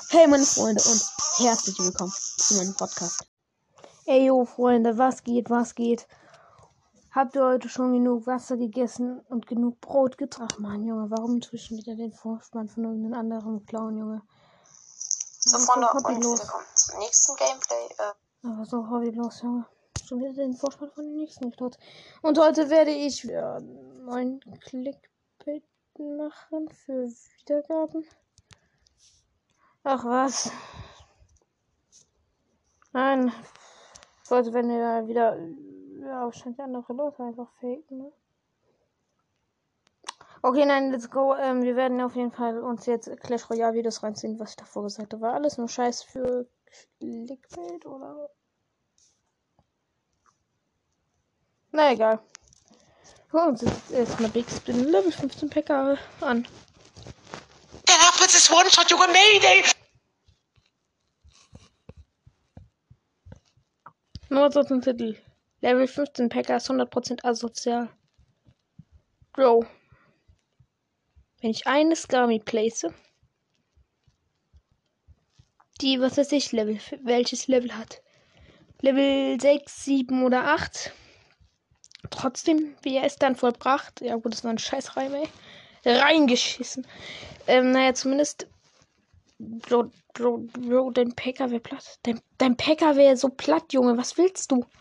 Hey meine Freunde und herzlich willkommen zu meinem Podcast. Ey yo Freunde, was geht, was geht? Habt ihr heute schon genug Wasser gegessen und genug Brot getrunken? Ach man Junge, warum tue ich schon wieder den Vorspann von irgendeinem anderen Clown, Junge? So Freunde, und willkommen zum nächsten Gameplay. Aber so hobbylos, Junge. Schon wieder den Vorspann von dem nächsten geklaut. Und heute werde ich mein Clickbait machen für Wiedergaben. Ach was. Nein. Heute werden wir wieder wahrscheinlich andere Leute einfach faken, ne? Okay, nein, let's go. Wir werden auf jeden Fall uns jetzt Clash Royale Videos reinziehen, was ich davor gesagt habe. War alles nur Scheiß für Clickbait, oder? Na egal. Gucken wir uns jetzt erstmal Big Spin Level 15 PK an. Der Nachwitz ist One-Shot, Junge, Mayday! Nur so zum Titel. Level 15 PK ist 100% asozial. Bro. Wenn ich eine Skami place, die, was weiß ich, welches Level hat. Level 6, 7 oder 8. Trotzdem, wie er es dann vollbracht. Ja gut, das war ein scheiß Reim, ey. Reingeschissen. Naja, zumindest. Bro, dein Packer wäre platt. Dein Packer wäre so platt, Junge. Was willst du?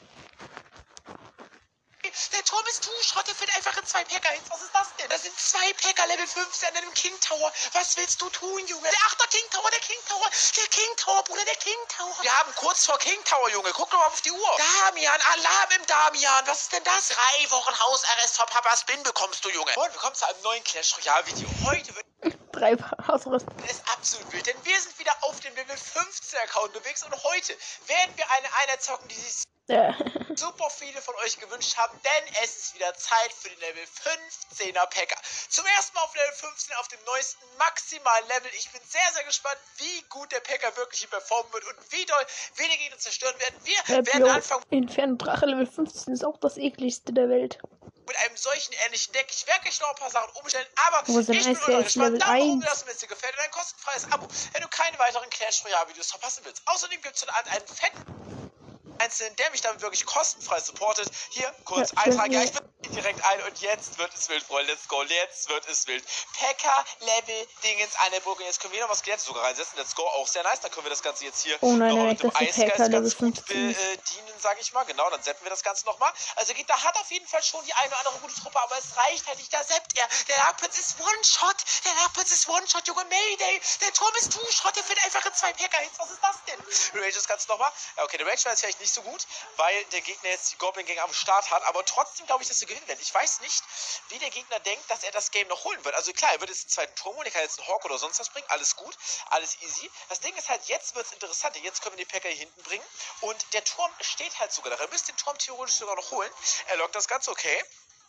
Der Turm ist Schrott, der fährt einfach in 2 Packer hin. Was ist das denn? Das sind 2 Packer Level 15 an einem King Tower. Was willst du tun, Junge? Der 8er King Tower, der King Tower, Bruder, der King Tower. Wir haben kurz vor King Tower, Junge. Guck doch mal auf die Uhr. Damian, Alarm im Damian. Was ist denn das? 3 Wochen Hausarrest vor Papas Bin bekommst du, Junge. Und willkommen zu einem neuen Clash Royale Video. Heute wird 3 Hausarrest. ist absolut wild, denn wir sind wieder auf dem Level 15 Account unterwegs und heute werden wir eine Einheit zocken, die sich super viele von euch gewünscht haben, denn es ist wieder Zeit für den Level 15er Packer. Zum ersten Mal auf Level 15 auf dem neuesten maximalen Level. Ich bin sehr, sehr gespannt, wie gut der Packer wirklich hier performen wird und wie doll wenige Gegner zerstören werden. Wir werden anfangen. Inferno-Drache Level 15 ist auch das ekligste der Welt. Mit einem solchen ähnlichen Deck. Ich werde gleich noch ein paar Sachen umstellen, aber Wo ich bin Level gespannt. Daumen hoch, 1. dass mir das dir gefällt und ein kostenfreies Abo, wenn du keine weiteren Clash Royale Videos verpassen willst. Außerdem gibt es einen fetten Einzelnen, der mich damit wirklich kostenfrei supportet. Hier, kurz Eintrag. Ja, ich bin direkt ein und jetzt wird es wild, Freunde. Let's go. Jetzt wird es wild. Packer, Level, Dingens, eine Burg. Und jetzt können wir noch was Glänzes sogar reinsetzen. Let's go. Auch sehr nice. Dann können wir das Ganze jetzt hier noch mit dem Eisgeist ganz gut 15. bedienen, sage ich mal. Genau, dann setzen wir das Ganze nochmal. Also Gegner hat auf jeden Fall schon die eine oder andere gute Truppe, aber es reicht halt nicht. Da seppt er. Der Darkprinz ist One-Shot. Der Darkprinz ist One-Shot, Junge. Mayday. Der Turm ist Two-Shot. Der fährt einfach in 2 Packer-Hits. Was ist das denn? Rage das Ganze nochmal. Ja, okay, der Rage war jetzt vielleicht nicht so gut, weil der Gegner jetzt die Goblin-Gang am Start hat, aber trotzdem glaube ich, dass wir gewinnen werden. Ich weiß nicht, wie der Gegner denkt, dass er das Game noch holen wird. Also klar, er wird jetzt einen zweiten Turm holen, er kann jetzt einen Hawk oder sonst was bringen, alles gut, alles easy. Das Ding ist halt, jetzt wird es interessant, jetzt können wir den Packer hier hinten bringen und der Turm steht halt sogar da. Er müsste den Turm theoretisch sogar noch holen. Er lockt das Ganze, okay.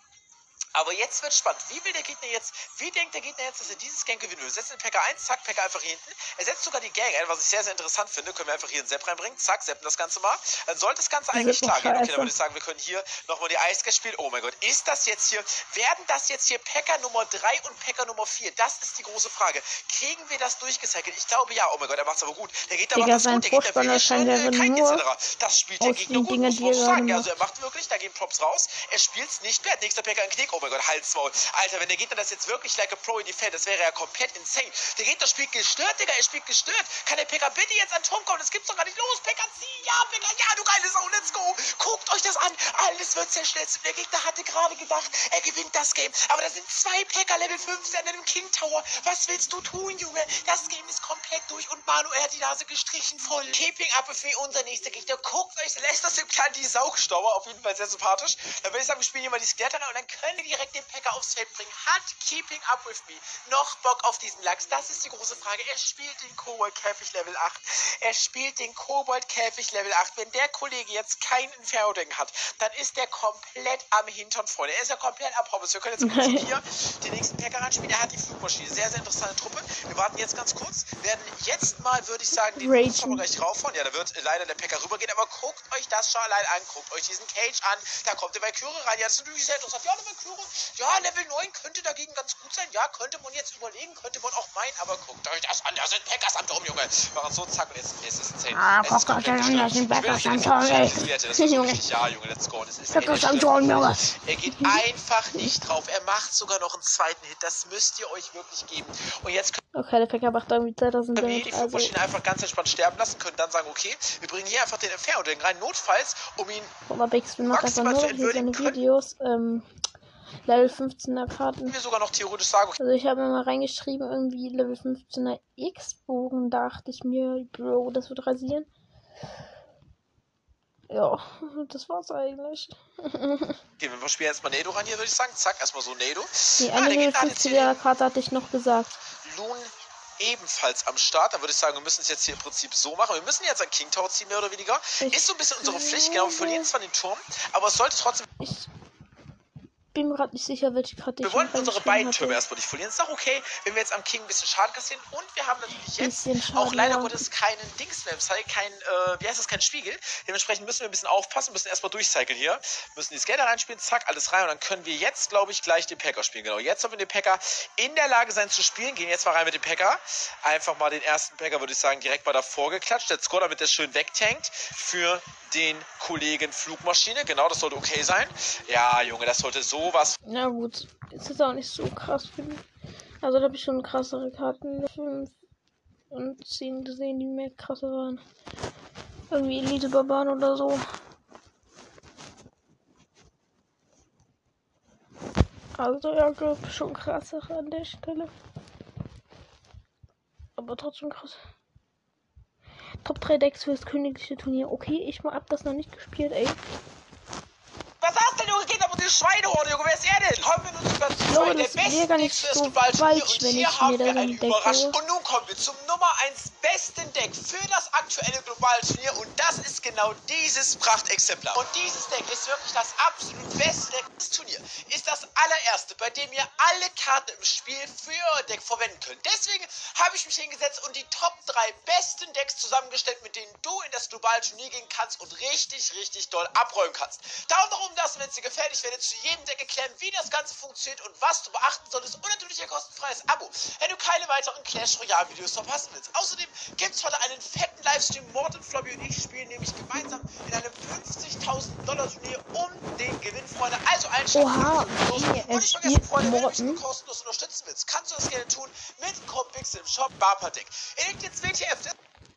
Aber jetzt wird spannend. Wie denkt der Gegner jetzt, dass er dieses Gang gewinnen will? Wir setzen den Packer 1, zack, Packer einfach hier hinten. Er setzt sogar die Gang ein, was ich sehr, sehr interessant finde. Können wir einfach hier einen Sepp reinbringen. Zack, seppen das Ganze mal. Dann sollte das Ganze eigentlich klar gehen. Okay, dann würde ich sagen, wir können hier nochmal die Eisgas spielen. Oh mein Gott, ist das jetzt hier, werden das jetzt hier Packer Nummer 3 und Packer Nummer 4? Das ist die große Frage. Kriegen wir das durchgecycelt? Ich glaube ja. Oh mein Gott, er macht es aber gut. Der Gegner macht das gut. Der Gegner will hier schön kein etc. Das spielt der Gegner gut, muss man so sagen. Ja, also er macht wirklich, da gehen Props raus. Er spielt es nicht wert. Nächster Packer ein Knick. Oh mein Gott, Halsmaul. Alter, wenn der Gegner das jetzt wirklich like a Pro in die Feld, das wäre ja komplett insane. Der Gegner spielt gestört, Digga, er spielt gestört. Kann der Pekka bitte jetzt an den Turm kommen? Das gibt's doch gar nicht. Los, Pekka, zieh! Ja, Pekka, ja, du geile Sau, let's go! Guckt euch das an. Alles wird zerschnitzt. Der Gegner hatte gerade gedacht, er gewinnt das Game. Aber das sind 2 Pekka Level 15 in einem King Tower. Was willst du tun, Junge? Das Game ist komplett durch und Manu, er hat die Nase gestrichen voll. Keeping up with me, unser nächster Gegner. Guckt euch, lässt das im Plan die Saugstauer. Auf jeden Fall sehr sympathisch. Dann würde ich sagen, wir spielen hier mal die Skelette und dann können wir direkt den Pekka aufs Feld bringen. Hat Keeping Up With Me noch Bock auf diesen Lachs? Das ist die große Frage. Er spielt den Kobold-Käfig Level 8. Er spielt den Kobold-Käfig Level 8. Wenn der Kollege jetzt kein Inferno-Ding hat, dann ist der komplett am Hintern, Freunde. Er ist ja komplett ab Hobbes. Wir können jetzt kurz hier den nächsten Packer ranspielen. Er hat die Flugmaschine. Sehr, sehr interessante Truppe. Wir warten jetzt ganz kurz. Werden jetzt mal, würde ich sagen, den Buchstaben gleich raufhauen. Ja, da wird leider der Packer rübergehen. Aber guckt euch das schon allein an. Guckt euch diesen Cage an. Da kommt der Valkyrie rein. Ja, das ist natürlich sehr interessant. Ja, eine Valkyrie Ja, Level 9 könnte dagegen ganz gut sein. Ja, könnte man jetzt überlegen, könnte man auch meinen, aber guckt euch das an, da sind Packers am Turm, Junge. Machen so, zack, und jetzt es ist insane. Ah, Es ist guck komplett euch an, da sind gestört. Ich will Packers nicht in am den Turm, ey. Werte, das ist so Junge. richtig, ja, Junge, let's go. Und es ist Packers am echt Turm, Junge. er geht einfach nicht drauf. Er macht sogar noch einen zweiten Hit. Das müsst ihr euch wirklich geben. Und jetzt Okay, der Packer macht irgendwie 2000 können wir hier Damage, die also... Flugmaschine einfach ganz entspannt sterben lassen, können dann sagen, okay, wir bringen hier einfach den Entferner oder den rein notfalls, um ihn Guck mal, Bixby macht einfach maximal nur zu hier seine entwürdigen, können Videos, Level 15er Karten. wir sogar noch theoretisch sagen, okay, Also ich habe mir mal reingeschrieben, irgendwie Level 15er X-Bogen, dachte ich mir, Bro, das wird rasieren. Ja, das war's eigentlich. wir spielen jetzt mal Nado ran hier, würde ich sagen. Zack, erstmal so Nado. Die Ah, eine der Level Gegner hat jetzt 15er hier Karte hatte ich noch gesagt. den Loon ebenfalls am Start. Dann würde ich sagen, wir müssen es jetzt hier im Prinzip so machen. Wir müssen jetzt ein King Tower ziehen, mehr oder weniger. Ist so ein bisschen unsere Pflicht. Genau, wir verlieren zwar den Turm, aber es sollte trotzdem... Ich bin mir gerade nicht sicher, welche Karte Wir ich wollen unsere beiden Türme hatte. erstmal nicht verlieren. Ist auch okay, wenn wir jetzt am King ein bisschen Schaden kassieren. Und wir haben natürlich jetzt Bisschen Schaden, auch leider ja. Gottes keinen Dings-Cycle, kein Spiegel. Dementsprechend müssen wir ein bisschen aufpassen, müssen erstmal durchcyclen hier. Müssen die Skater reinspielen, zack, alles rein. Und dann können wir jetzt, glaube ich, gleich den Packer spielen. Genau, jetzt sollen wir den Packer in der Lage sein zu spielen. Gehen jetzt mal rein mit dem Packer. Einfach mal den ersten Packer, würde ich sagen, direkt mal davor geklatscht. Der Score, damit der schön wegtankt für den Kollegen Flugmaschine. Genau, das sollte okay sein. Ja, Junge, das sollte sowas... Na gut, ist jetzt auch nicht so krass für mich. Also da habe ich schon krassere Karten 5 und 10 gesehen, die mehr krasser waren. Irgendwie Elite-Barbaren oder so. Also ja, glaube schon krassere an der Stelle. Aber trotzdem krass. Top 3 Decks für das königliche Turnier. Okay, ich mal ab das noch nicht gespielt, ey. Was hast denn, Junge? Geht aber die Schweinehorde, Junge. Wer ist er denn? Kommen wir nun über Ich glaube, das wäre gar nicht so falsch, wenn ich mir da ein Deck hole. Und nun kommen wir zum Nummer 1 besten Deck für das aktuelle Globalturnier. Und das ist genau dieses Prachtexemplar. Und dieses Deck ist wirklich das absolut beste Deck des Turniers. Ist das allererste, bei dem ihr alle Karten im Spiel für euer Deck verwenden könnt. Deswegen habe ich mich hingesetzt und die Top 3 besten Decks zusammengestellt, mit denen du in das Globalturnier gehen kannst und richtig, richtig doll abräumen kannst. Daumen nach oben da, wenn es dir gefällt. Ich werde zu jedem Deck erklären, wie das Ganze funktioniert und was du beachten solltest. Und natürlich ein kostenfreies Abo, wenn du keine weiteren Clash Royale Videos verpassen willst. Außerdem gibt es heute einen fetten Livestream. Morten, Flobby und ich spielen nämlich gemeinsam in einem $50.000 Turnier um den Gewinn, Freunde. Also einschalten. Oha, Und nicht vergessen, Freunde, wenn du mich nur kostenlos unterstützen willst, kannst du das gerne tun mit Code Pixel im Shop Barper Deck. Ihr legt jetzt WTF.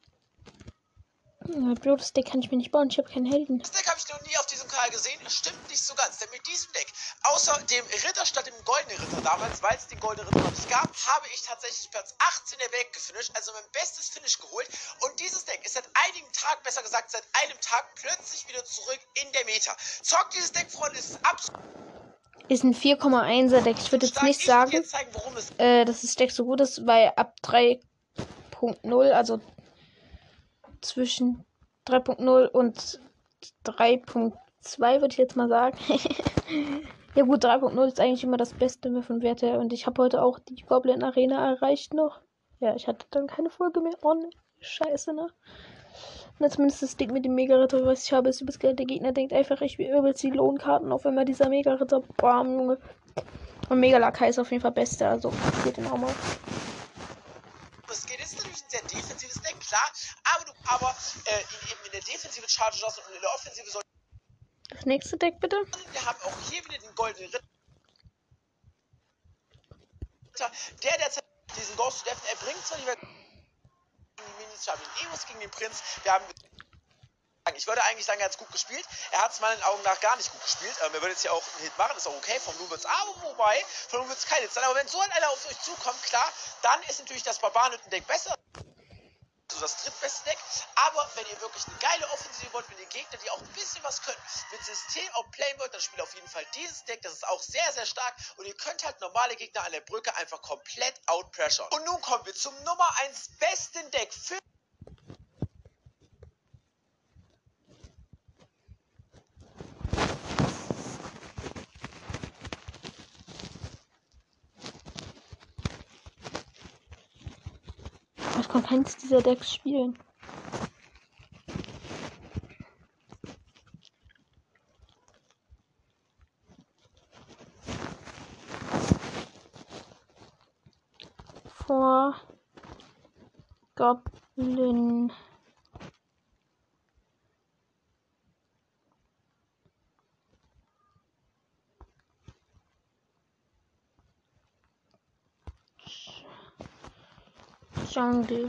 Bro, das Deck kann ich mir nicht bauen. Ich habe keinen Helden. Das Deck habe ich noch nie auf diesem Kanal gesehen. Stimmt nicht so ganz. Denn mit diesem Deck, außer dem Ritter statt dem goldenen Ritter damals, weil es den goldenen Ritter noch nicht gab, habe ich tatsächlich Platz 18 der Welt gefinisht. Also mein bestes Finish geholt. Und dieses Deck ist seit einigen Tagen, besser gesagt seit einem Tag, plötzlich wieder zurück in der Meta. Zockt dieses Deck, Freunde, ist absolut... Ist ein 4,1er Deck. Ich würde jetzt nicht sagen, dass das Deck so gut ist, weil ab 3.0, also zwischen 3.0 und 3.2 würde ich jetzt mal sagen. Ja gut, 3.0 ist eigentlich immer das Beste von Wert her. Und ich habe heute auch die Goblin Arena erreicht noch. Ja, ich hatte dann keine Folge mehr. Oh, ne. Scheiße, ne? Und zumindest das Ding mit dem Mega-Ritter, was ich habe, ist übelst geil. Der Gegner denkt einfach, ich will übelst die Lohnkarten auf, wenn man dieser Mega-Ritter, bam, Junge. Und Mega-Lakai ist auf jeden Fall Beste, also geht den auch mal. Es geht jetzt natürlich ein sehr defensives Deck, klar, aber ihn eben in der Defensive chargen lassen und in der Offensive soll. Das nächste Deck bitte. Wir haben auch hier wieder den goldenen Ritter, der derzeit diesen Ghost to Death, er bringt zwar nicht mehr die Minis, wir haben den Eos gegen den Prinz, wir haben... Ich würde eigentlich sagen, er hat es gut gespielt. Er hat es meinen Augen nach gar nicht gut gespielt. Er würde jetzt hier auch einen Hit machen, ist auch okay. Vom Nu wird es wobei, von Nu wird es kein Hit sein. Aber wenn so einer auf euch zukommt, klar, dann ist natürlich das Barbarenhütten-Deck besser. So das drittbeste Deck. Aber wenn ihr wirklich eine geile Offensive wollt, wenn ihr Gegner, die auch ein bisschen was können, mit System auch playen wollt, dann spielt auf jeden Fall dieses Deck. Das ist auch sehr, sehr stark. Und ihr könnt halt normale Gegner an der Brücke einfach komplett outpressure. Und nun kommen wir zum Nummer 1 besten Deck für... Ich kann keins dieser Decks spielen. Goblin. Jungle.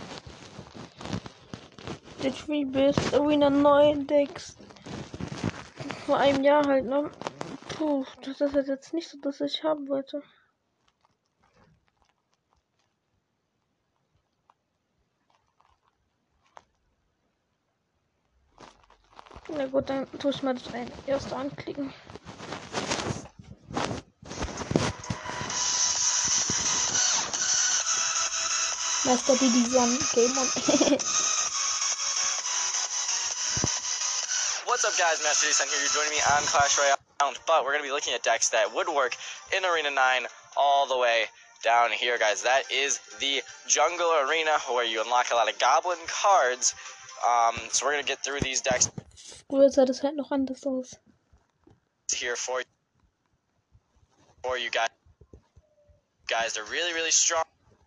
Der Tree Best Arena 9 Decks. Vor einem Jahr halt, ne? Puh, das ist halt jetzt nicht so, dass ich haben wollte. Na gut, dann tue ich mal das erste anklicken. Meister Didi Son Game On. What's up, guys? Master D-Son here. You're joining me on Clash Royale, but we're going to be looking at decks that would work in Arena 9 all the way down here, guys. That is the Jungle Arena, where you unlock a lot of Goblin cards. So we're going to get through these decks Früher sah das halt noch anders aus. here for you guys. They're really, really strong.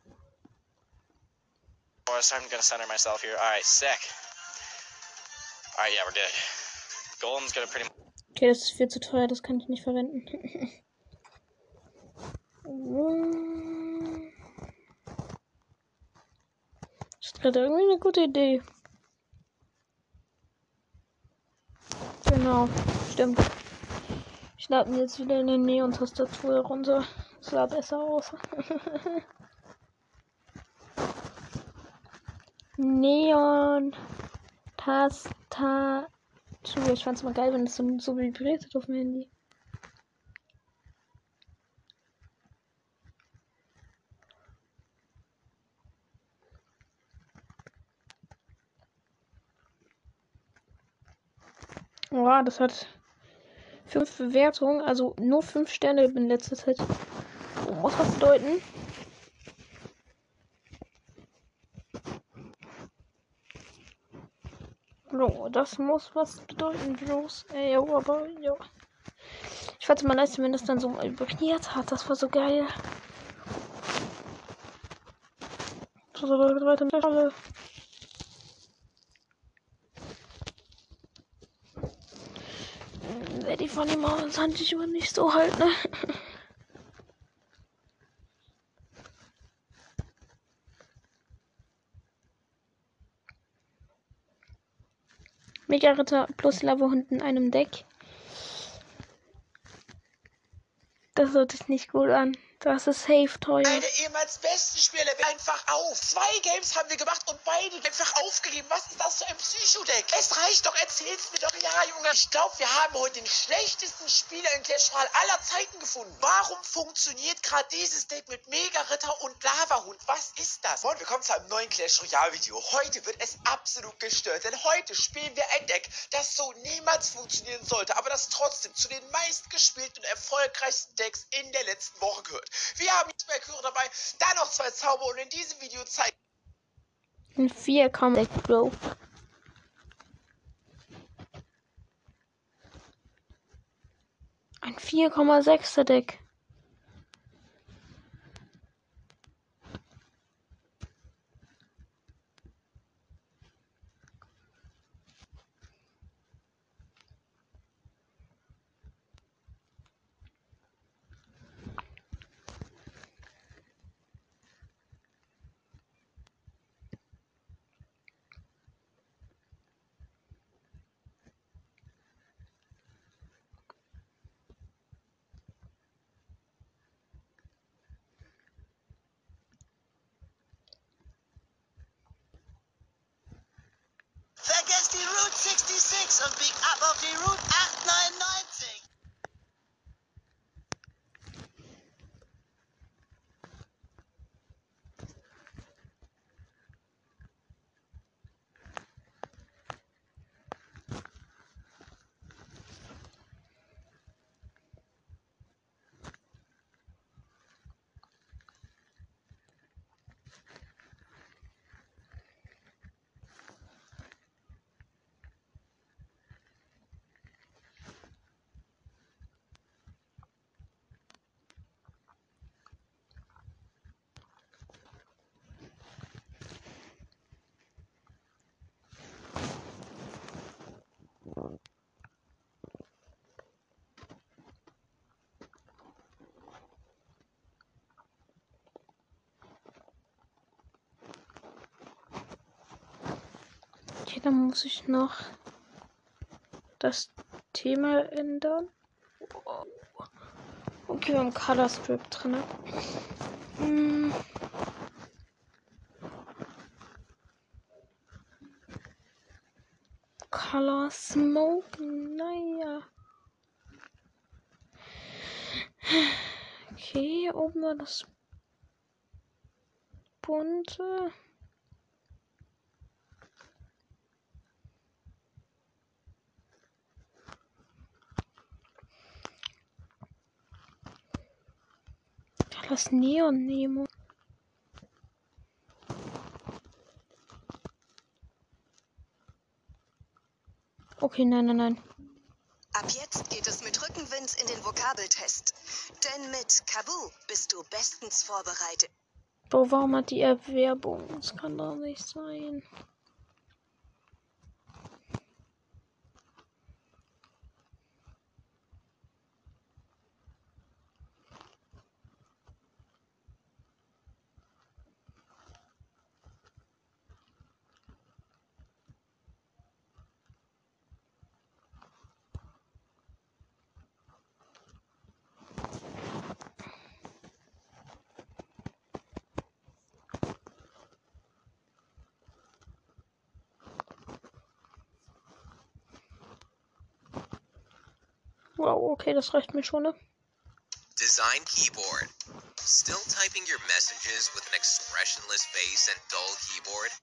So I'm going to center myself here. All right, sick. All right, yeah, we're good. Golem's going to pretty much... Okay, das ist viel zu teuer, das kann ich nicht verwenden. Das ist gerade irgendwie eine gute Idee. Genau, stimmt. Ich lade mir jetzt wieder eine Neon-Tastatur runter. Das sah besser aus. Neon-Tastatur. Ich fand's mal geil, wenn es so vibriert hat auf dem Handy. Oh, das hat 5 Bewertungen, also nur 5 Sterne in letzter Zeit. Oh, muss was bedeuten? Jo, das muss was bedeuten, bloß. Jo, aber, jo. Ich fand es mal nice, wenn das dann so mal überkniert hat. Das war so geil. So, weiter mit der Schale. Die von ihm aus fand ich immer nicht so halt, ne? Mega Ritter plus Lava-Hund in einem Deck. Das hört sich nicht gut an. Das ist safe teuer. Meine ehemals besten Spieler einfach auf. 2 Games haben wir gemacht und beide einfach aufgegeben. Was ist das für ein Psychodeck? Es reicht doch, erzähl's mir doch. Ja, Junge. Ich glaube, wir haben heute den schlechtesten Spieler in Clash Royale aller Zeiten gefunden. Warum funktioniert gerade dieses Deck mit Mega-Ritter und Lava-Hund? Was ist das? Und willkommen zu einem neuen Clash Royale-Video. Heute wird es absolut gestört, denn heute spielen wir ein Deck, das so niemals funktionieren sollte, aber das trotzdem zu den meistgespielten und erfolgreichsten Decks in der letzten Woche gehört. Wir haben jetzt Merkure dabei, dann noch 2 Zauber und in diesem Video zeigen Ein 4,6 Bro. Ein 4,6er Deck. Vergesst die Route 66 und biegt ab auf die Route 899. Okay, dann muss ich noch das Thema ändern. Okay, wir haben Color Strip drin. Color Smoke, naja. Okay, oben war das bunte. Das Neon Nemo. Okay, nein. Ab jetzt geht es mit Rückenwind in den Vokabeltest. Denn mit Kabu bist du bestens vorbereitet. Bro, warum hat die Erwerbung? Das kann doch nicht sein. Wow, okay, das reicht mir schon, ne? Design keyboard. Still typing your messages with an expressionless face and dull keyboard?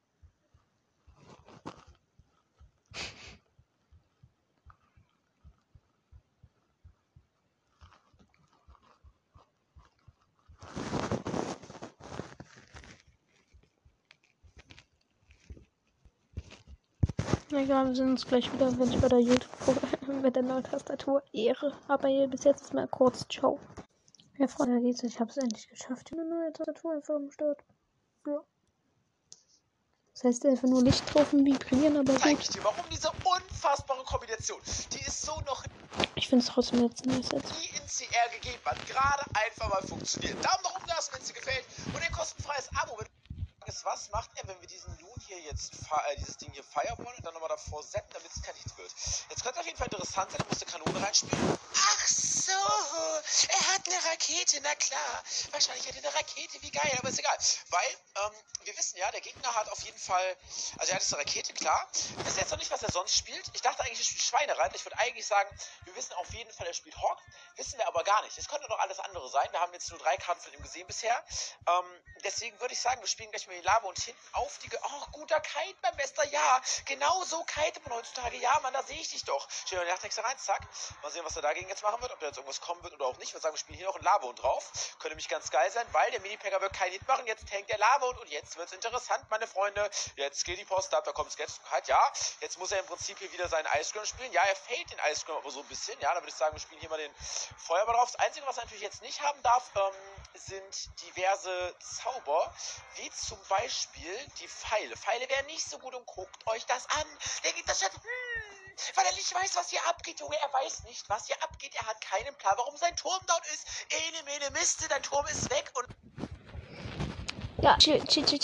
Egal, wir sehen uns gleich wieder, wenn ich bei der YouTube mit der neuen Tastatur ehre. Aber hier bis jetzt mal kurz. Ciao. Ja, Freunde, ich habe es endlich geschafft. Eine neue Tastatur einfach am Start. Ja. Das heißt einfach nur Licht drauf und vibrieren, aber Zeig gut. ich dir, warum diese unfassbare Kombination, die ist so noch Ich finde es trotzdem jetzt nice jetzt. nie in CR gegeben hat, gerade einfach mal funktioniert. Daumen nach oben da, wenn es dir gefällt und ein kostenfreies Abo mit. Was macht er, wenn wir diesen Loon hier jetzt, dieses Ding hier firewallen und dann nochmal davor setzen, damit es kein Nichts wird? Jetzt könnte es auf jeden Fall interessant sein, er muss eine Kanone reinspielen. Ach so, er hat eine Rakete, na klar. Wahrscheinlich hat er eine Rakete, wie geil, aber ist egal. Weil, wir wissen ja, der Gegner hat auf jeden Fall, also er hat jetzt eine Rakete, klar. Wir wissen jetzt noch nicht, was er sonst spielt. Ich dachte eigentlich, er spielt Schweinereiter. Ich würde eigentlich sagen, wir wissen auf jeden Fall, er spielt Hawk. Wissen wir aber gar nicht. Es könnte noch alles andere sein. Wir haben jetzt nur 3 Karten von ihm gesehen bisher. Deswegen würde ich sagen, wir spielen gleich mal die Lava und hinten auf die... Oh, guter Kite, mein Bester, ja. Genau so kite man heutzutage. Ja, Mann, da sehe ich dich doch. Stell dir die Nachtexte rein, zack. Mal sehen, was er dagegen jetzt machen wird. Ob da jetzt irgendwas kommen wird oder auch nicht. Ich würde sagen, wir spielen hier noch einen Lava-Hund drauf. Könnte nämlich ganz geil sein, weil der Mini-Packer wird keinen Hit machen. Jetzt hängt der Lava-Hund und jetzt wird es interessant, meine Freunde. Jetzt geht die Post ab, da kommt Sketch. Halt, ja. Jetzt muss er im Prinzip hier wieder seinen Ice Cream spielen. Ja, er fällt den Ice Cream aber so ein bisschen. Ja, da würde ich sagen, wir spielen hier mal den Feuerball drauf. Das Einzige, was er natürlich jetzt nicht haben darf, sind diverse Zauber, wie zum Beispiel die Pfeile. Pfeile wären nicht so gut und guckt euch das an. Der geht das schon, weil er nicht weiß, was hier abgeht, Junge. Er weiß nicht, was hier abgeht. Er hat keinen Plan, warum sein Turm dort ist. Ene, mene, Miste, dein Turm ist weg und... Ja, chill.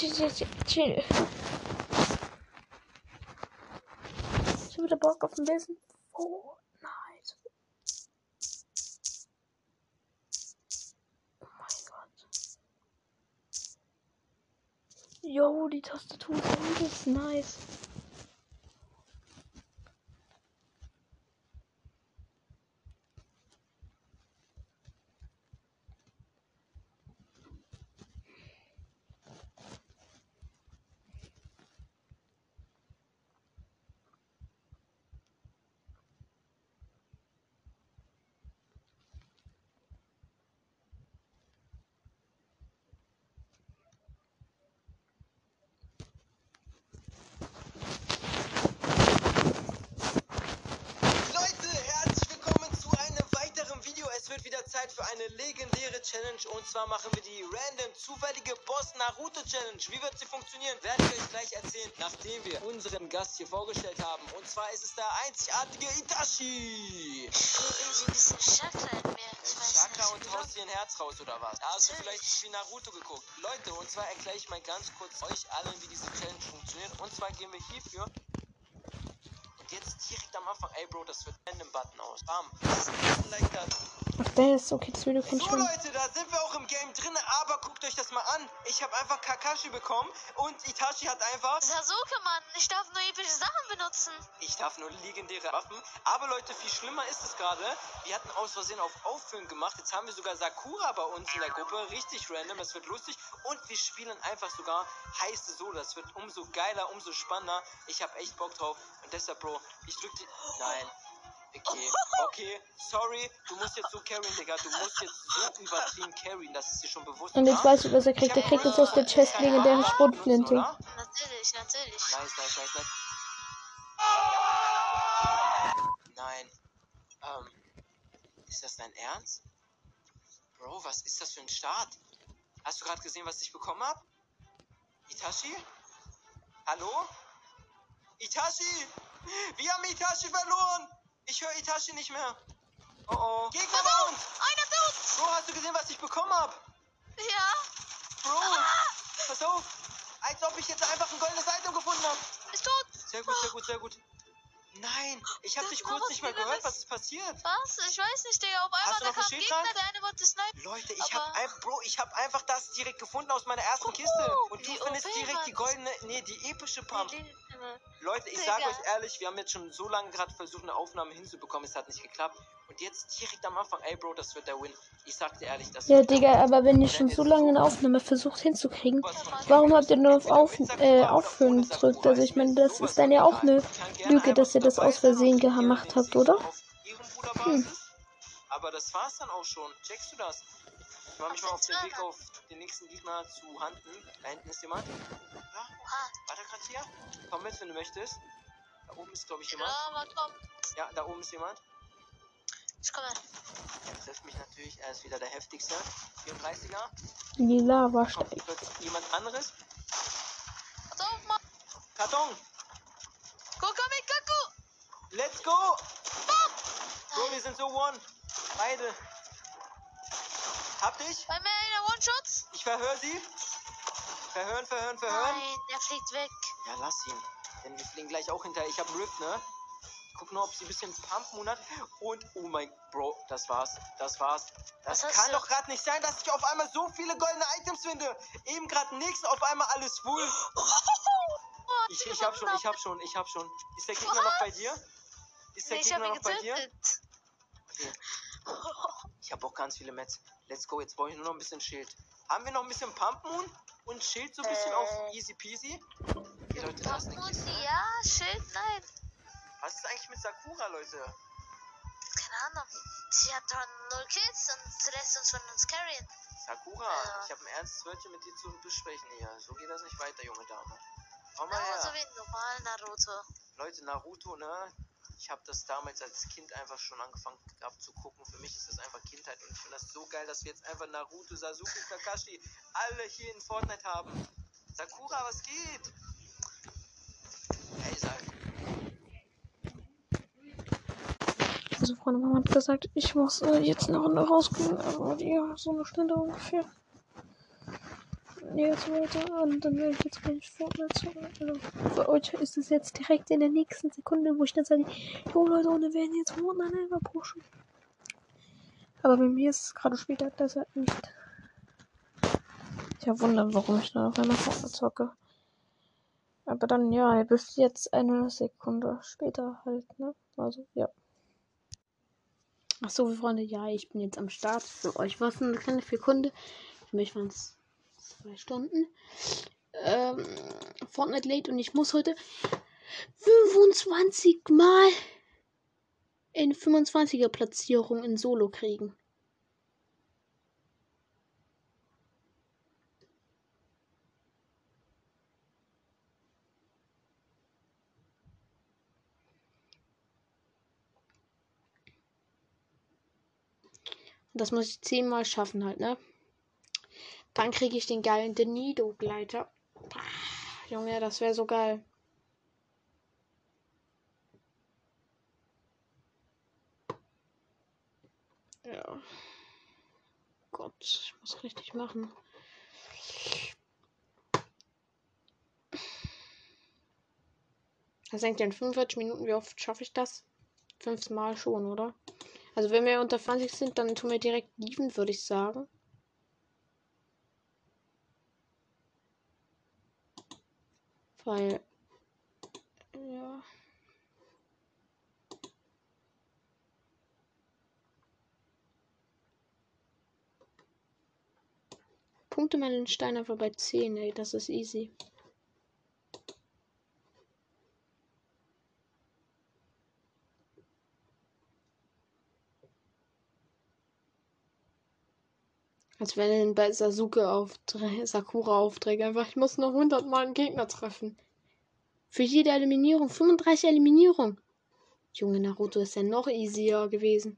Ich habe wieder Bock auf den Wesen. Oh, nice. Oh mein Gott. Jo, die Tastatur ist übelst nice. Leute, herzlich willkommen zu einem weiteren Video. Es wird wieder Zeit für eine legendäre Challenge und zwar machen wir die random zufällige Boss Naruto Challenge. Wie wird sie funktionieren, werde ich euch gleich erzählen, nachdem wir unseren Gast hier vorgestellt haben. Und zwar ist es der einzigartige Itachi. Irgendwie ein bisschen Chakra in mir. Ich weiß Chakra nicht. und haust dir ein Herz raus oder was? Hast du vielleicht zu viel Naruto geguckt? Leute, und zwar erkläre ich mal ganz kurz euch allen, wie diese Challenge funktioniert. Und zwar gehen wir hierfür jetzt direkt am Anfang. Ey, Bro, das wird random Button aus. Bam. Like that. Ach, der ist okay, das Video kennt So schon. Leute, da sind wir auch im Game drin, aber guckt euch das mal an. Ich habe einfach Kakashi bekommen und Itachi hat einfach... Sasuke, Mann, ich darf nur epische Sachen benutzen. Ich darf nur legendäre Waffen. Aber Leute, viel schlimmer ist es gerade. Wir hatten aus Versehen auf Auffüllen gemacht. Jetzt haben wir sogar Sakura bei uns in der Gruppe. Richtig random, das wird lustig. Und wir spielen einfach sogar heiße Solo. Das wird umso geiler, umso spannender. Ich habe echt Bock drauf. Und deshalb, Bro, ich drück die... Nein. Okay, sorry, du musst jetzt so carryen, Digga, du musst jetzt so übertrieben carryen, das ist dir schon bewusst. Und jetzt oder? weiß ich, was er kriegt. Er kriegt jetzt aus der Chest legendäre Schrotflinte. Natürlich. Nice. Nein. Ist das dein Ernst? Bro, was ist das für ein Start? Hast du gerade gesehen, was ich bekommen habe? Itachi? Hallo? Itachi! Wir haben Itachi verloren! Ich höre Itachi nicht mehr. Oh. Gegner bei uns! Einer tot! Bro, hast du gesehen, was ich bekommen habe? Ja, Bro, pass auf. Als ob ich jetzt einfach ein goldenes Item gefunden habe. ist tot. Sehr gut. Nein, ich habe Das dich ist kurz noch nicht mehr was gehört. Wildes. Was ist passiert? Was? Ich weiß nicht, Digga. Auf Hast einmal du da noch kam ein einen Gegner, Schildtrank? der eine wollte snipen. Leute, Aber- ich habe einfach das direkt gefunden aus meiner ersten Kiste. Und du wie findest OP, direkt die Mann. goldene, die epische Pump. Die- Leute, ich Digga. sage euch ehrlich, wir haben jetzt schon so lange gerade versucht, eine Aufnahme hinzubekommen. Es hat nicht geklappt. Und jetzt direkt am Anfang, ey Bro, das wird der Win. Ich sag dir ehrlich, das Ja, wird der Digga, Win. aber wenn ihr Der schon ist so lange eine Aufnahme versucht hinzukriegen, sowas von warum crazy. habt ihr nur auf Entweder mit Sakura oder Auffüllen ohne gedrückt? Sakura. Also ich Ist mir meine, das sowas ist dann von ja auch egal. eine Ich kann gerne Lüge, dass einfach ihr das dabei aus sein Versehen und gerne gemacht den habt, Sieg oder? auf Ehrenbruderbasis. Aber das war's dann auch schon. Checkst du das? Ich mach mich mal auf den Weg auf den nächsten Gegner zu Handen. Da hinten ist jemand. Ja, Oha. warte gerade hier. Komm mit, wenn du möchtest. Da oben ist, glaube ich, jemand. Ja, Mann, komm. Ja, da oben ist jemand. Ich komme. Er trifft mich natürlich. Er ist wieder der heftigste. 34er. Die Lava Kommt steigt. plötzlich jemand anderes. Pass auf, Mann. Karton. Kokami Kaku. Let's go. Bro, wir sind so one. Beide. Hab dich. Bei mir einer One-Shot. Ich verhör sie. Verhören. Nein, der fliegt weg. Ja, lass ihn. Denn wir fliegen gleich auch hinterher. Ich hab einen Rift, ne? Ich guck nur, ob sie ein bisschen Pumpen hat. Und, oh mein, Bro, das war's. Das Was hast kann du? doch gerade nicht sein, dass ich auf einmal so viele goldene Items finde. Eben gerade nichts, auf einmal alles full. Ich hab schon. Ist der Gegner noch bei dir? Ist der Nee, ich hab Gegner ihn noch bei dir? getötet. Okay. Ich habe auch ganz viele Mets. Let's go, jetzt brauche ich nur noch ein bisschen Schild. Haben wir noch ein bisschen Pumpen und Schild so ein bisschen auf easy peasy? Okay, Leute, da ist eine Kiste. Ja, Schild, nein. Was ist eigentlich mit Sakura, Leute? Keine Ahnung. Sie hat doch 0 Kills und lässt uns von uns carryen. Sakura, Ja. ich habe ein ernstes Wörtchen mit dir zu besprechen hier. So geht das nicht weiter, junge Dame. Komm mal Ja, so her. wie normal Naruto. Leute, Naruto, ne? Ich habe das damals als Kind einfach schon angefangen gehabt zu gucken. Für mich ist das einfach Kindheit und ich finde das so geil, dass wir jetzt einfach Naruto, Sasuke, Kakashi alle hier in Fortnite haben. Sakura, was geht? Hey, sag. Also Freunde, Mama hat gesagt, ich muss jetzt eine Runde rausgehen. Aber ja, so eine Stunde ungefähr. Jetzt weiter und dann werde ich jetzt gleich Fortnite zocken. Also für euch ist es jetzt direkt in der nächsten Sekunde, wo ich dann sage, jo Leute, und wir werden jetzt Fortnite einfach pushen. Aber bei mir ist es gerade später, deshalb nicht. Ich habe wundern, warum ich dann auf einmal Fortnite zocke. Aber dann, ja, bis jetzt eine Sekunde später halt, ne? Also, ja. Achso, Freunde, ja, ich bin jetzt am Start. Für euch war es eine kleine Sekunde. Für mich waren es 2 Stunden. Fortnite late und ich muss heute 25 Mal in 25er Platzierung in Solo kriegen. Das muss ich 10 Mal schaffen halt, ne? Dann kriege ich den geilen Denido-Gleiter. Junge, das wäre so geil. Ja. Gott, ich muss richtig machen. Das hängt ja in 45 Minuten. Wie oft schaffe ich das? 5 Mal schon, oder? Also wenn wir unter 20 sind, dann tun wir direkt lieben, würde ich sagen. Weil, ja. Punkte meinen Stein einfach bei 10, ey. Das ist easy. Als wenn bei Sakura Aufträge einfach, ich muss noch 100 Mal einen Gegner treffen. Für jede Eliminierung, 35 Eliminierung. Junge, Naruto ist ja noch easier gewesen.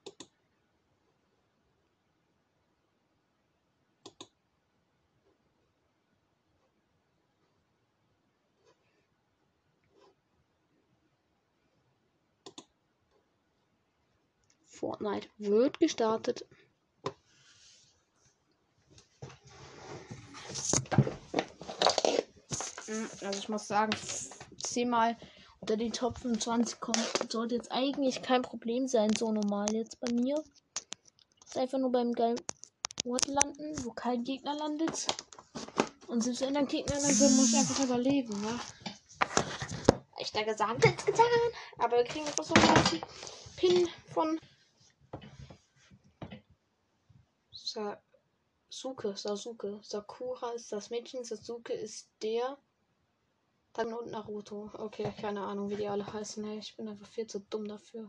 Fortnite wird gestartet. Also ich muss sagen, 10 Mal unter die Top 25 kommen sollte jetzt eigentlich kein Problem sein, so normal jetzt bei mir. Ist einfach nur beim geilen Ort landen, wo kein Gegner landet. Und selbst wenn ein Gegner landet, muss ich einfach überleben, ne? Ich da gesagt, getan. Aber wir kriegen einfach so einen Pin von Sasuke. Sakura ist das Mädchen, Sasuke ist der. Dann und Naruto. Okay, keine Ahnung, wie die alle heißen. Hey, ich bin einfach viel zu dumm dafür.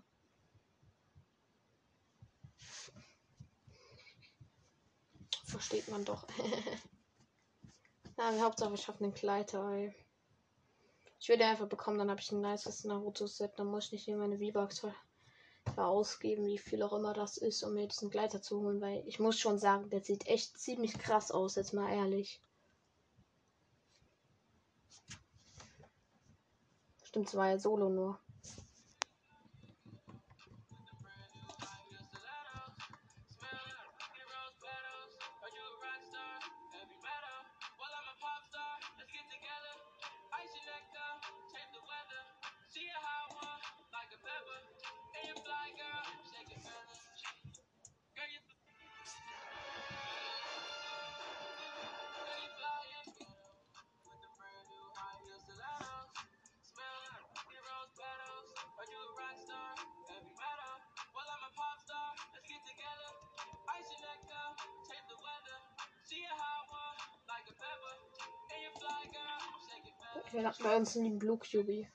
Versteht man doch. Na, Hauptsache ich habe einen Gleiter, ey. Ich will den einfach bekommen, dann habe ich ein nices Naruto-Set. Dann muss ich nicht hier meine V-Bucks ausgeben, wie viel auch immer das ist, um mir diesen Gleiter zu holen. Weil ich muss schon sagen, der sieht echt ziemlich krass aus, jetzt mal ehrlich. Stimmt, es war ja Solo nur. Wir landen bei uns in die Blue QB.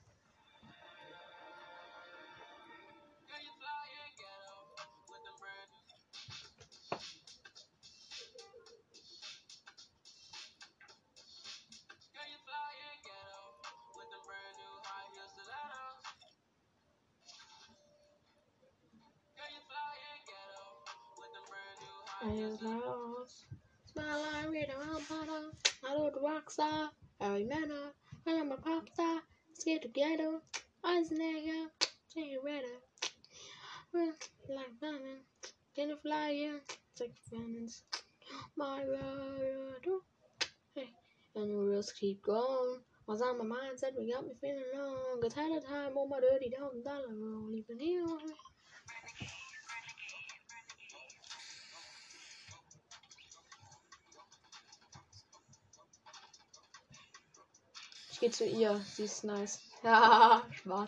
Rockstar, every manner, I am a pop star, let's get together, eyes nigga, take it better, like diamond, can you fly, yeah, take finance, my world, hey, and the wheels keep going, what's on my mind said we got me feeling long, got tired of time on my dirty $1,000 roll, leaving here. Ich gehe zu ihr, sie ist nice. Ja, Spaß.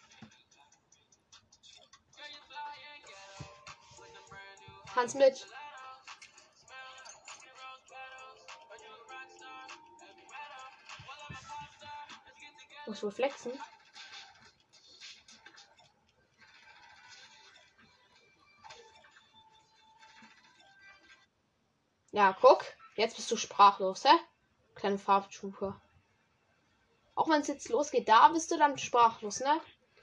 Hans mit. Muss wohl flexen. Ja, guck. Jetzt bist du sprachlos, hä? Kleine Farbtrooper. Auch wenn es jetzt losgeht, da bist du dann sprachlos, ne?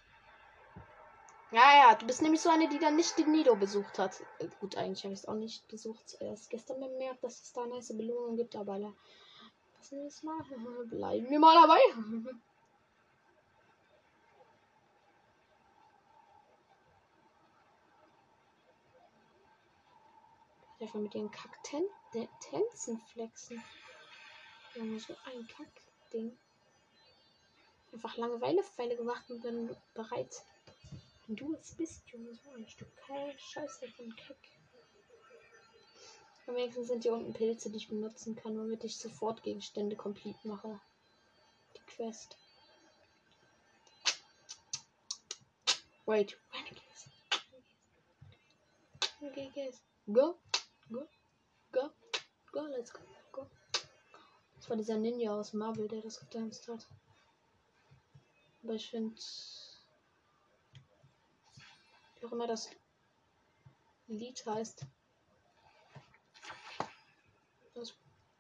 Ja, du bist nämlich so eine, die dann nicht den Nido besucht hat. Gut, eigentlich habe ich es auch nicht besucht. Erst gestern bemerkt, dass es da nice Belohnungen gibt, aber das nächste Mal bleiben wir mal dabei. Einfach mit den Tänzen flexen. Ja, so ein Kackding. Einfach Langeweile-Pfeile gemacht und bin bereit. Wenn du es bist, Junge, so ein Stück Scheiße von Keck. Am wenigsten sind hier unten Pilze, die ich benutzen kann, womit ich sofort Gegenstände complete mache. Die Quest. Wait. Renegades. Go. Go. Go. Go. Let's go. Go. Das war dieser Ninja aus Marvel, der das getanzt hat. Aber ich finde, wie auch immer das Lied heißt. Das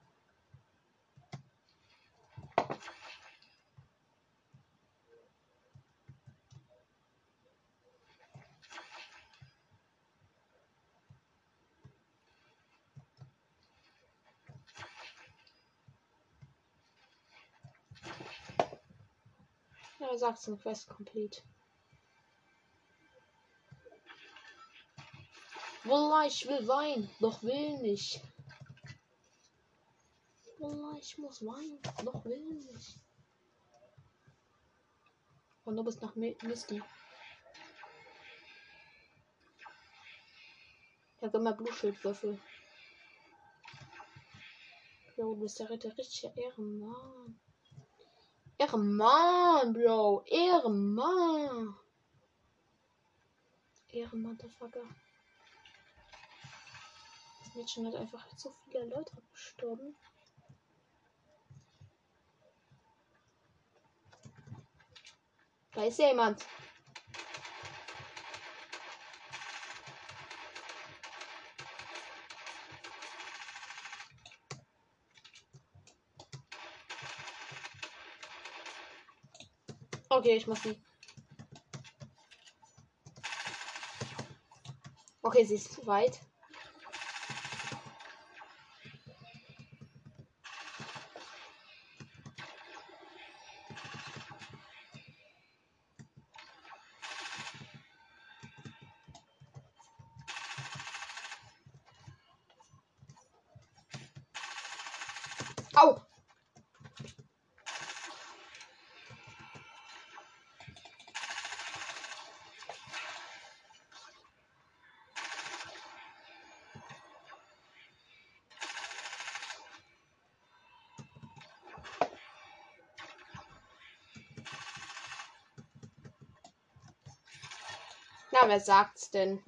ja, sagst du, Quest complete. Wallah, ich will weinen, doch will nicht. Wallah, ich muss weinen, doch will nicht. Und du bist nach Misty. Ich habe immer Blutschildwürfel. Bro, du bist der richtige Ehrenmann. Ehrenmann, Bro. Ehrenmann. Ehrenmann, der Fucker. Das Mädchen hat einfach so viele Leute gestorben. Da ist ja jemand. Okay, ich muss sie. Okay, sie ist weit. Au! Na, wer sagt's denn?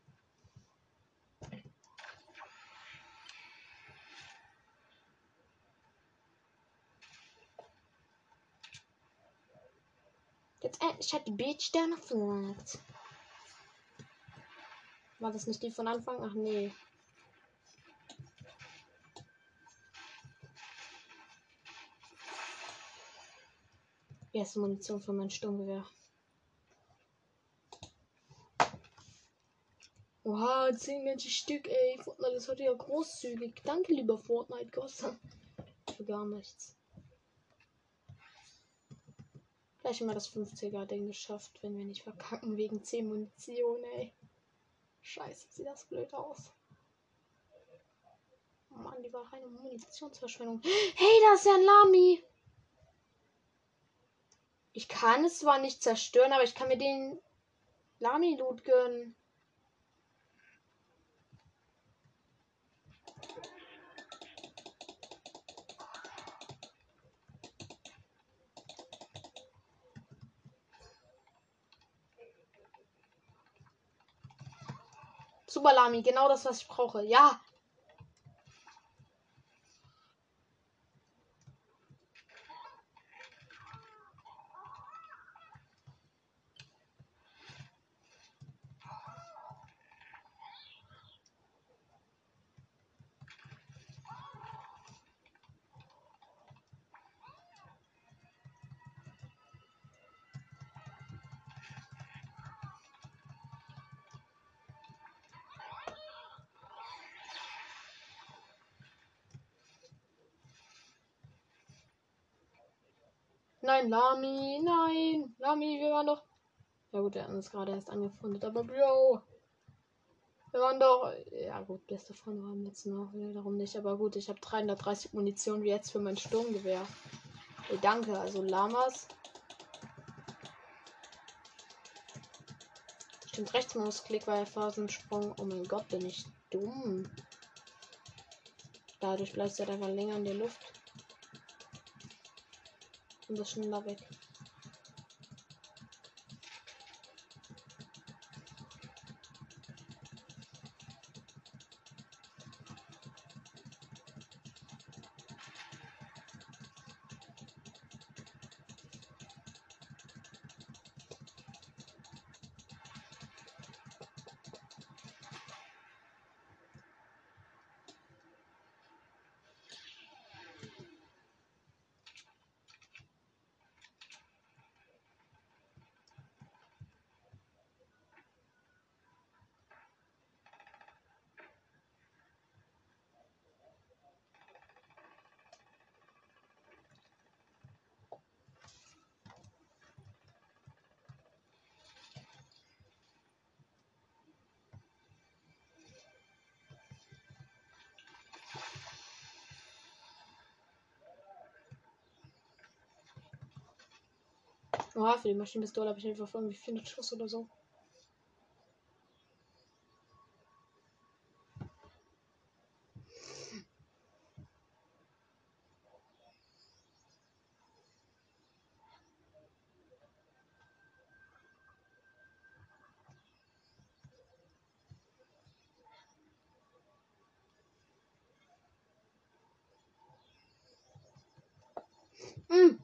Jetzt endlich hat die Bitch da noch gesagt. War das nicht die von Anfang? Ach nee. Erste Munition für mein Sturmgewehr. Oha, 10 Stück, ey. Fortnite ist heute ja großzügig. Danke, lieber Fortnite-Gosse. Für gar nichts. Gleich mal das 50er-Ding geschafft, wenn wir nicht verkacken wegen 10 Munition, ey. Scheiße, sieht das blöd aus. Oh Mann, die war reine Munitionsverschwendung. Hey, da ist ja ein Lami. Ich kann es zwar nicht zerstören, aber ich kann mir den Lami-Loot gönnen. Super Lami, genau das, was ich brauche. Ja. Nein, Lami, nein. Lami, wir waren doch... Ja gut, wir haben uns gerade erst angefreundet, aber Bro... Wir waren doch... Ja gut, beste Freunde haben jetzt noch. Darum nicht, aber gut, ich habe 330 Munition wie jetzt für mein Sturmgewehr. Ey, danke, also Lamas. Stimmt, Rechtsmausklick war ja Phasensprung. Oh mein Gott, bin ich dumm. Dadurch bleibst du halt einfach länger in der Luft. Und das schneller weg. Oha, für die Maschinenpistole habe ich einfach irgendwie 400 Schuss oder so. Mm.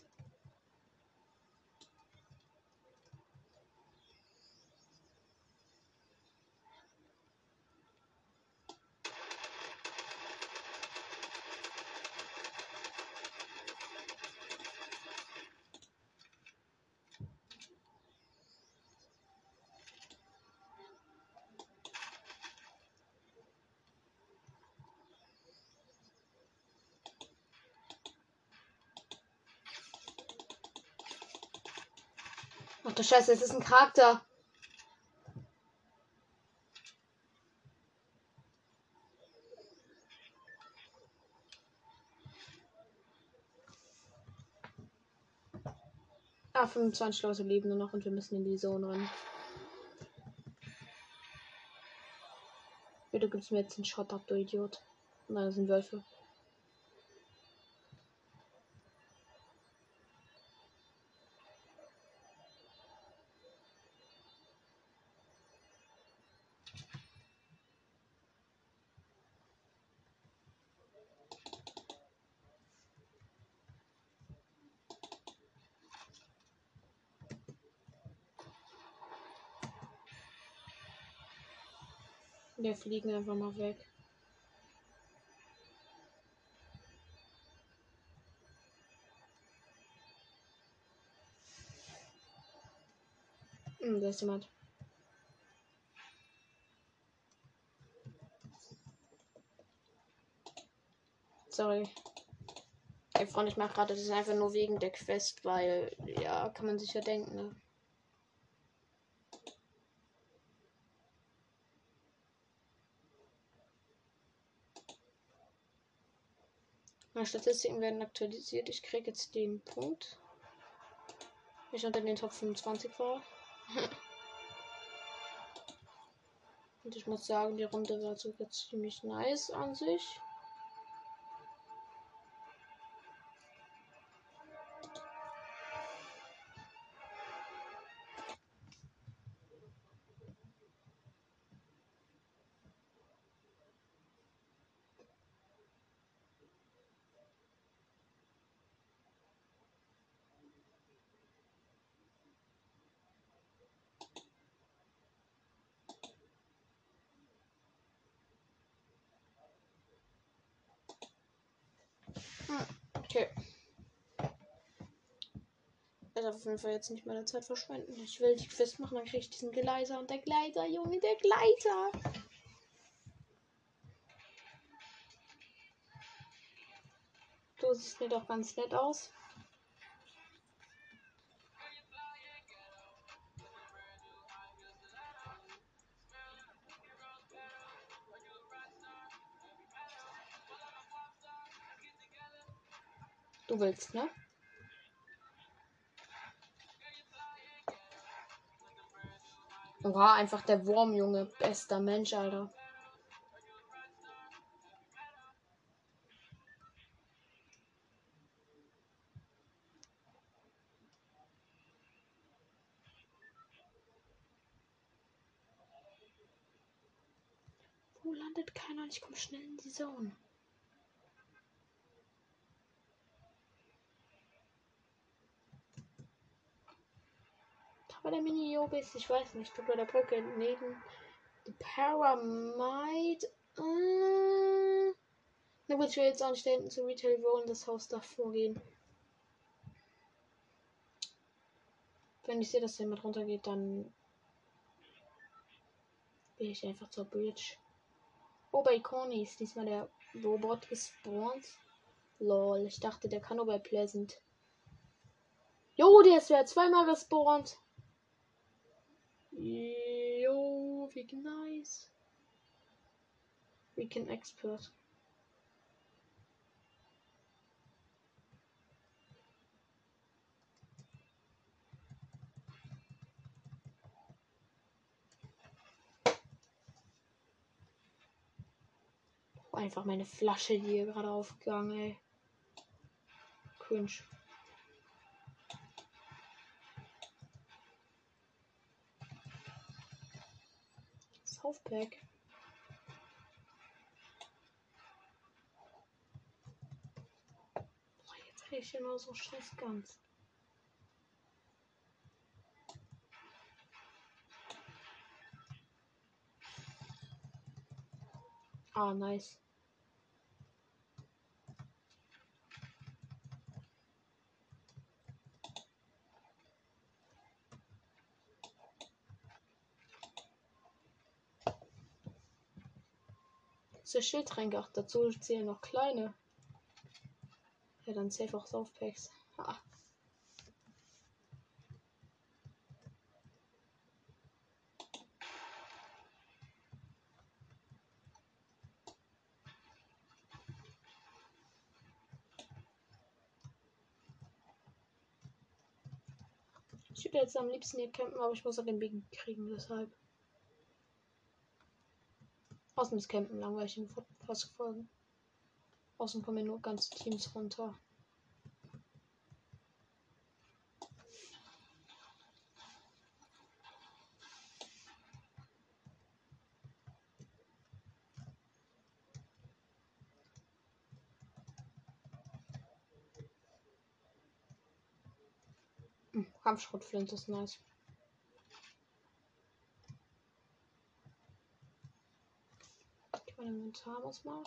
Ach du Scheiße, es ist ein Charakter. Ah, 25 Leute leben nur noch und wir müssen in die Zone rein. Bitte gibst mir jetzt einen Shot ab, du Idiot. Nein, das sind Wölfe. Wir fliegen einfach mal weg. Da ist jemand. Sorry. Ey, Freund, ich mach gerade das ist einfach nur wegen der Quest, weil, ja, kann man sich ja denken, ne? Meine Statistiken werden aktualisiert. Ich krieg jetzt den Punkt. Ich unter den Top 25 war. Und ich muss sagen, die Runde war sogar ziemlich nice an sich. Okay. Ich darf auf jeden Fall jetzt nicht meine Zeit verschwenden. Ich will die Quest machen, dann kriege ich diesen Gleiter. Und der Gleiter, Junge, der Gleiter. Du siehst mir doch ganz nett aus. Du willst, ne? Oha, einfach der Wurm, Junge. Bester Mensch, Alter. Wo landet keiner? Ich komme schnell in die Zone. Aber der Mini-Yobis, ich weiß nicht. Tut bei der Brücke neben The Pyramid. Na gut, ich will jetzt auch nicht da hinten zu Retail Roll das Haus davor gehen. Wenn ich sehe, dass jemand runtergeht, dann gehe ich einfach zur Bridge. Oh, bei Coney ist diesmal der Robot gespawnt. Lol, ich dachte, der kann nur bei Pleasant. Jo, der ist ja zweimal gespawnt. Jo, wie nice. Weekend Expert. Oh, einfach meine Flasche, die hier gerade aufgegangen, ey. Cringe. Southpack. Boah, jetzt krieg ich immer so scheiß ganz. Ah, nice. Das ist Schildtränke. Ach, dazu zählen noch kleine. Ja, dann safe auch Softpacks. Ah. Ich würde jetzt am liebsten hier campen, aber ich muss auch den Big kriegen, deshalb. Außen ist Campen langweilig in Folgen. Außen kommen nur ganze Teams runter. Kampfschrotflinte ist nice. Ich meine Inventar muss mal.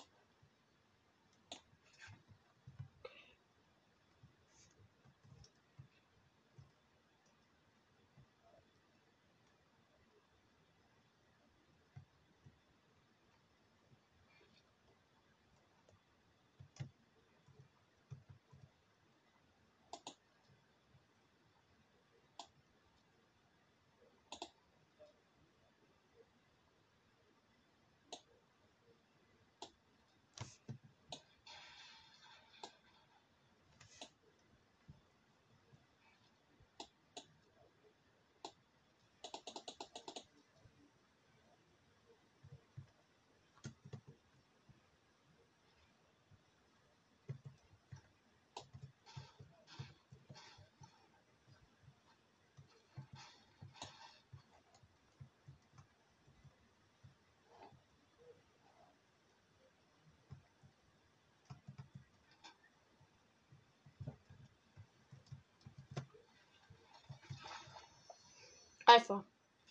Alpha.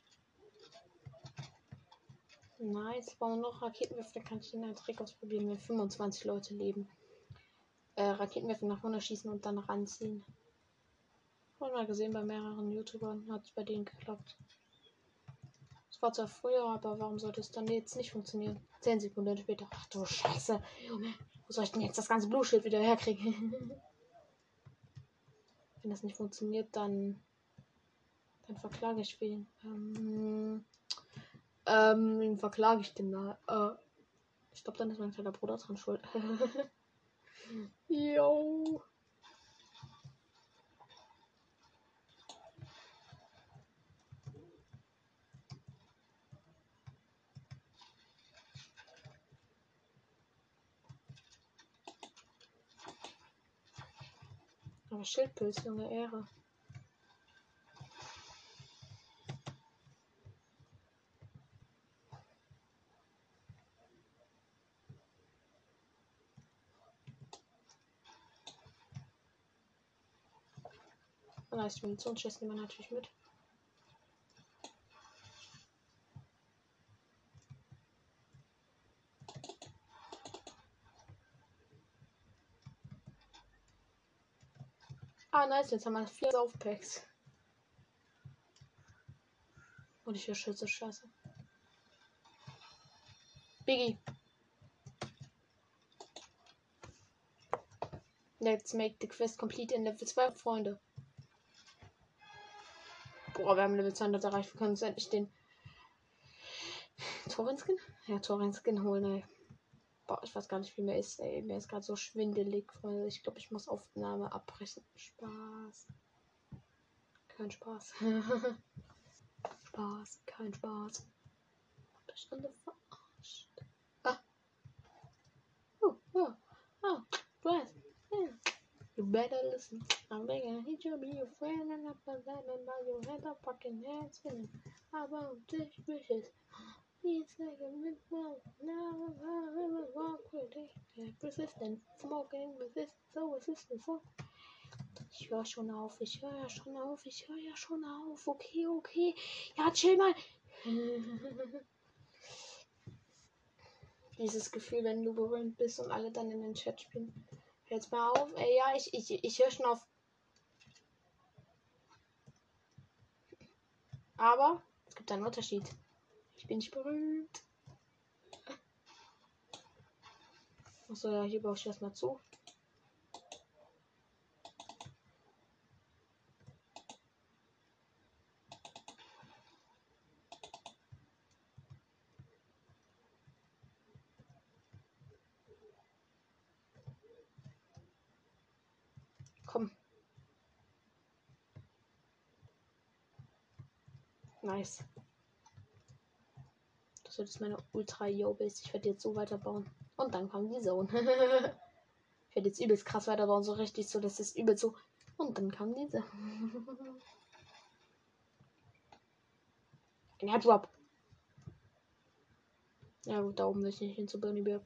Nice. Bauen noch Raketenwerfer, da kann ich den einen Trick ausprobieren, wenn 25 Leute leben. Raketenwerfer nach vorne schießen und dann ranziehen. Hab mal gesehen bei mehreren YouTubern, hat es bei denen geklappt. Das war zwar früher, aber warum sollte es dann jetzt nicht funktionieren? 10 Sekunden später. Ach du Scheiße. Junge, wo soll ich denn jetzt das ganze Blutschild wieder herkriegen? Wenn das nicht funktioniert, dann verklage ich wen. Wen verklage ich denn da? Ich glaube, dann ist mein kleiner Bruder dran schuld. Yo. Aber Schildpilz, Junge, Ehre. Nice, die Munitionschest nehmen wir natürlich mit. Ah, nice, jetzt haben wir 4 Saufpacks. Und ich höre Schütze, scheiße. Biggie. Let's make the quest complete in Level 2, Freunde. Boah, wir haben Level 200 erreicht. Wir können uns endlich den Torrent-Skin? Ja, Torrent-Skin holen, ey. Boah, ich weiß gar nicht, wie mir ist, ey. Mir ist gerade so schwindelig, Freunde. Ich glaube, ich muss Aufnahme abbrechen. Spaß. Kein Spaß. Spaß, kein Spaß. Ich bin verarscht. Ah. Oh, oh, oh. Was? Yeah. You better listen. I'm begging, he should be your friend, and after that, and now you had a fucking head spinning. I want this wishes. He's like a big mouth. Now I walk with it. Persistent, smoking, resistant, so resistant, so. Ich höre schon auf, ich höre ja schon auf, ich höre ja schon auf. Okay, okay. Ja, chill mal. Dieses Gefühl, wenn du berühmt bist und alle dann in den Chat spielen. Jetzt mal auf. Ey, ja, ich höre schon auf. Aber es gibt einen Unterschied. Ich bin nicht berühmt. Achso, ja, hier baue ich erstmal zu. Komm. Nice. Das wird jetzt meine Ultra-Yo-Base. Ich werde jetzt so weiterbauen. Und dann kommt die Zone. Ich werde jetzt übelst krass weiterbauen. So richtig so, das ist übelst so. Und dann kam diese. Ein Airdrop. Ja gut, da oben will ich nicht hin zu Bernie Bear.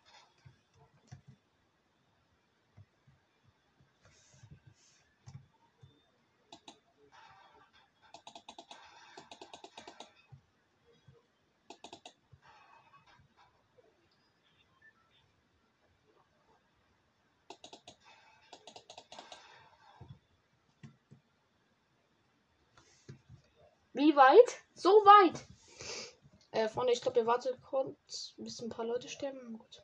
Wie weit? So weit! Freunde, ich glaube, ihr wartet kurz, bis ein paar Leute sterben. Gut.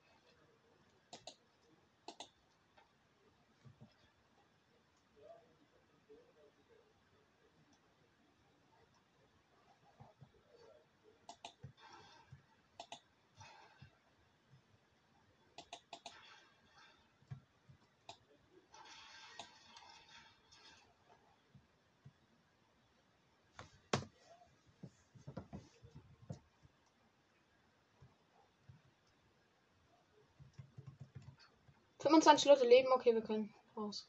– 25 Leute leben, okay, wir können raus.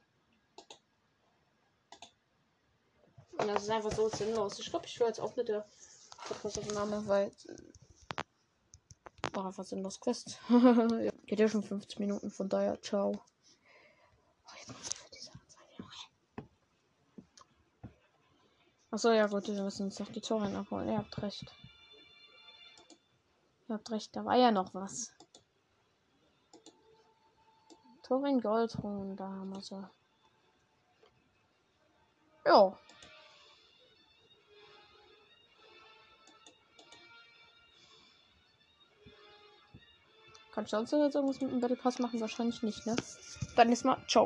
Und das ist einfach so sinnlos. Ich glaube, ich höre jetzt auf mit der Podcast-Aufnahme, weil. War einfach sinnlos Quest. Ja, geht ja schon 50 Minuten, von daher, ciao. Oh, jetzt muss ich für diese Anzeige. Achso, ja gut, wir müssen uns noch die Tore abholen. Ihr habt recht. Ihr habt recht, da war ja noch was. Torin Goldruhen, da haben wir sie. Jo. Kann ich sonst jetzt irgendwas mit dem Battle Pass machen? Wahrscheinlich nicht, ne? Dann ist mal ciao.